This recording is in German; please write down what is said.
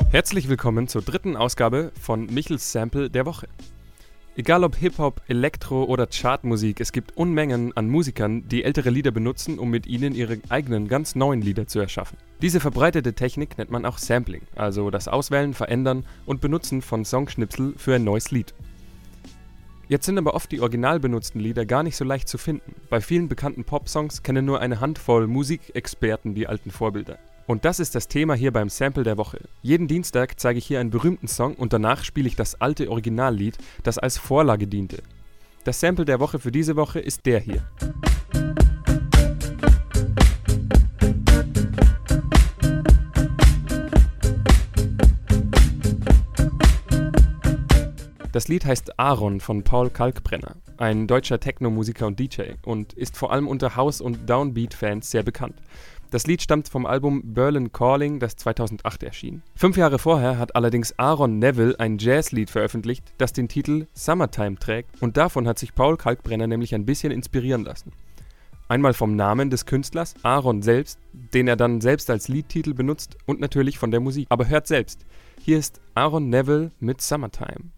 Herzlich willkommen zur dritten Ausgabe von Michels Sample der Woche. Egal ob Hip-Hop, Elektro oder Chartmusik, es gibt Unmengen an Musikern, die ältere Lieder benutzen, um mit ihnen ihre eigenen, ganz neuen Lieder zu erschaffen. Diese verbreitete Technik nennt man auch Sampling, also das Auswählen, Verändern und Benutzen von Songschnipsel für ein neues Lied. Jetzt sind aber oft die original benutzten Lieder gar nicht so leicht zu finden. Bei vielen bekannten Popsongs kennen nur eine Handvoll Musikexperten die alten Vorbilder. Und das ist das Thema hier beim Sample der Woche. Jeden Dienstag zeige ich hier einen berühmten Song und danach spiele ich das alte Originallied, das als Vorlage diente. Das Sample der Woche für diese Woche ist der hier. Das Lied heißt Aaron von Paul Kalkbrenner, ein deutscher Techno-Musiker und DJ und ist vor allem unter House- und Downbeat-Fans sehr bekannt. Das Lied stammt vom Album Berlin Calling, das 2008 erschien. 5 Jahre vorher hat allerdings Aaron Neville ein Jazzlied veröffentlicht, das den Titel Summertime trägt, und davon hat sich Paul Kalkbrenner nämlich ein bisschen inspirieren lassen. Einmal vom Namen des Künstlers, Aaron selbst, den er dann selbst als Liedtitel benutzt, und natürlich von der Musik. Aber hört selbst, hier ist Aaron Neville mit Summertime.